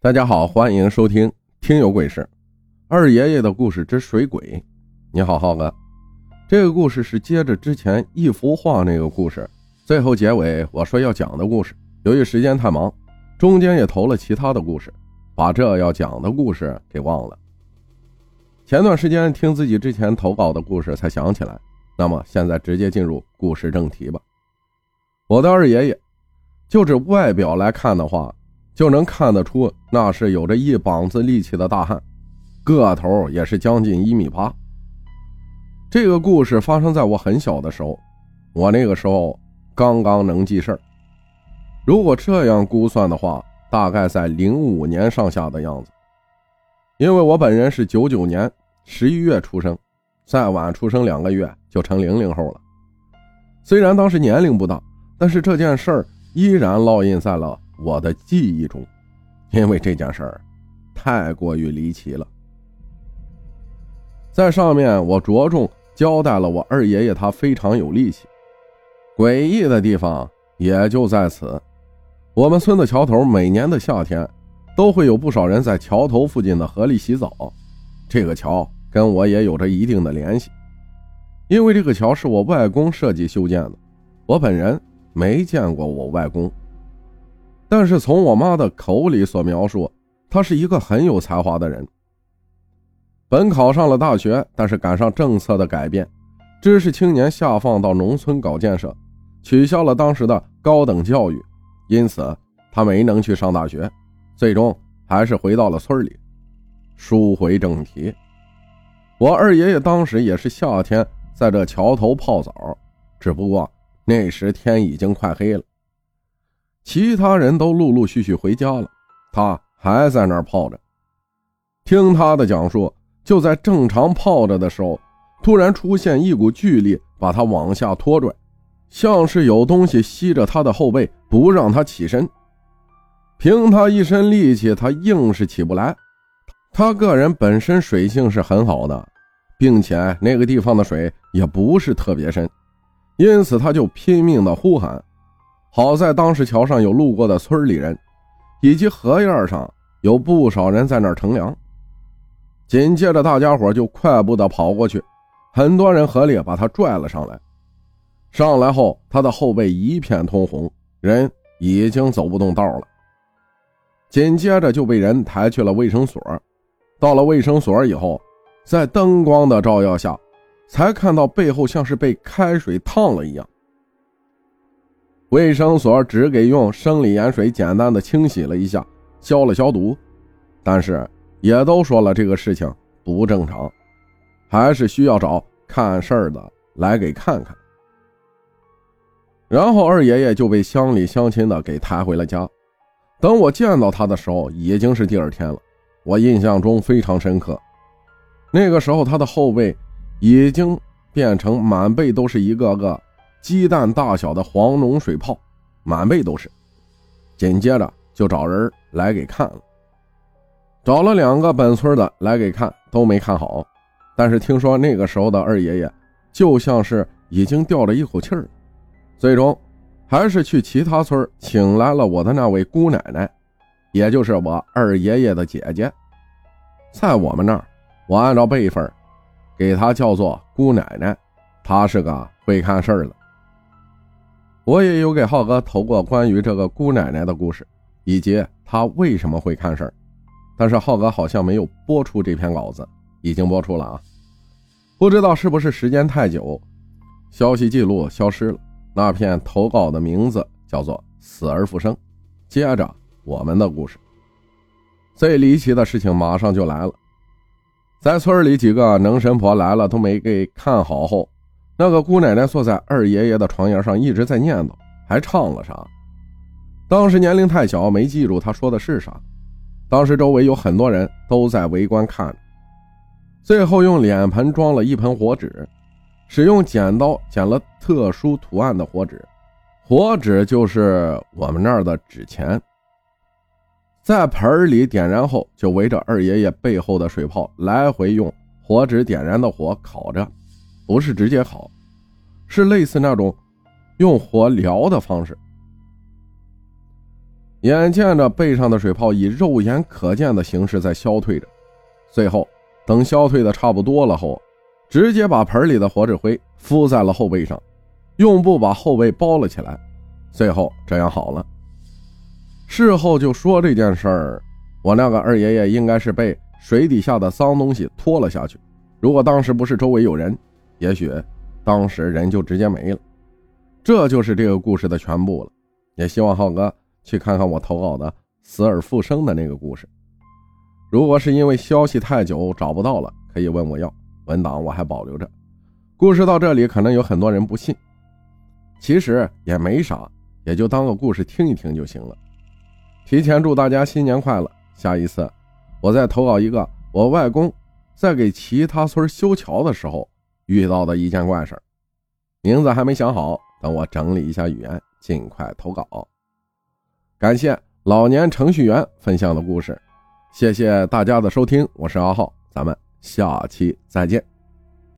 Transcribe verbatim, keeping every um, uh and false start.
大家好，欢迎收听听有鬼事二爷爷的故事之水鬼。你好浩哥，这个故事是接着之前一幅画那个故事，最后结尾我说要讲的故事，由于时间太忙，中间也投了其他的故事，把这要讲的故事给忘了。前段时间听自己之前投稿的故事才想起来，那么现在直接进入故事正题吧。我的二爷爷就指外表来看的话，就能看得出那是有着一膀子力气的大汉，个头也是将近一米八。这个故事发生在我很小的时候，我那个时候刚刚能记事儿，如果这样估算的话，大概在零五年上下的样子。因为我本人是九九年十一月出生，再晚出生两个月就成零零后了。虽然当时年龄不大，但是这件事儿依然烙印在了我的记忆中，因为这件事儿太过于离奇了。在上面我着重交代了我二爷爷他非常有力气，诡异的地方也就在此。我们村的桥头每年的夏天都会有不少人在桥头附近的河里洗澡，这个桥跟我也有着一定的联系，因为这个桥是我外公设计修建的，我本人没见过我外公，但是从我妈的口里所描述，他是一个很有才华的人。本考上了大学，但是赶上政策的改变，知识青年下放到农村搞建设，取消了当时的高等教育，因此他没能去上大学，最终还是回到了村里。书回正题，我二爷爷当时也是夏天在这桥头泡澡，只不过那时天已经快黑了，其他人都陆陆续续回家了，他还在那儿泡着。听他的讲述，就在正常泡着的时候，突然出现一股巨力把他往下拖拽，像是有东西吸着他的后背，不让他起身。凭他一身力气，他硬是起不来。他个人本身水性是很好的，并且那个地方的水也不是特别深，因此他就拼命地呼喊。好在当时桥上有路过的村里人，以及河沿上有不少人在那儿乘凉。紧接着大家伙就快步地跑过去，很多人合力把他拽了上来。上来后，他的后背一片通红，人已经走不动道了。紧接着就被人抬去了卫生所。到了卫生所以后，在灯光的照耀下，才看到背后像是被开水烫了一样。卫生所只给用生理盐水简单的清洗了一下，消了消毒，但是也都说了这个事情不正常，还是需要找看事儿的来给看看。然后二爷爷就被乡里乡亲的给抬回了家。等我见到他的时候，已经是第二天了，我印象中非常深刻。那个时候他的后背已经变成满背都是一个个鸡蛋大小的黄脓水泡，满背都是。紧接着就找人来给看了，找了两个本村的来给看，都没看好。但是听说那个时候的二爷爷就像是已经吊着一口气儿，最终还是去其他村请来了我的那位姑奶奶，也就是我二爷爷的姐姐。在我们那儿，我按照辈分给她叫做姑奶奶，她是个会看事儿的。我也有给浩哥投过关于这个姑奶奶的故事，以及她为什么会看事儿，但是浩哥好像没有播出这篇稿子，已经播出了啊，不知道是不是时间太久，消息记录消失了。那篇投稿的名字叫做死而复生。接着我们的故事，最离奇的事情马上就来了。在村里几个能神婆来了都没给看好后，那个姑奶奶坐在二爷爷的床沿上一直在念叨，还唱了啥。当时年龄太小，没记住她说的是啥。当时周围有很多人都在围观看着，最后用脸盆装了一盆火纸，使用剪刀剪了特殊图案的火纸，火纸就是我们那儿的纸钱，在盆里点燃后，就围着二爷爷背后的水泡来回用火纸点燃的火烤着，不是直接烤，是类似那种用火燎的方式。 眼见着背上的水泡以肉眼可见的形式在消退着，最后等消退的差不多了后，直接把盆里的活着灰敷在了后背上，用布把后背包了起来，最后这样好了。事后就说这件事儿，我那个二爷爷应该是被水底下的脏东西拖了下去，如果当时不是周围有人，也许当时人就直接没了。这就是这个故事的全部了，也希望浩哥去看看我投稿的死而复生的那个故事。如果是因为消息太久找不到了，可以问我要，文档我还保留着。故事到这里可能有很多人不信，其实也没啥，也就当个故事听一听就行了。提前祝大家新年快乐，下一次我再投稿一个我外公在给其他村修桥的时候遇到的一件怪事，名字还没想好，等我整理一下语言尽快投稿。感谢老年程序员分享的故事，谢谢大家的收听，我是阿浩，咱们下期再见。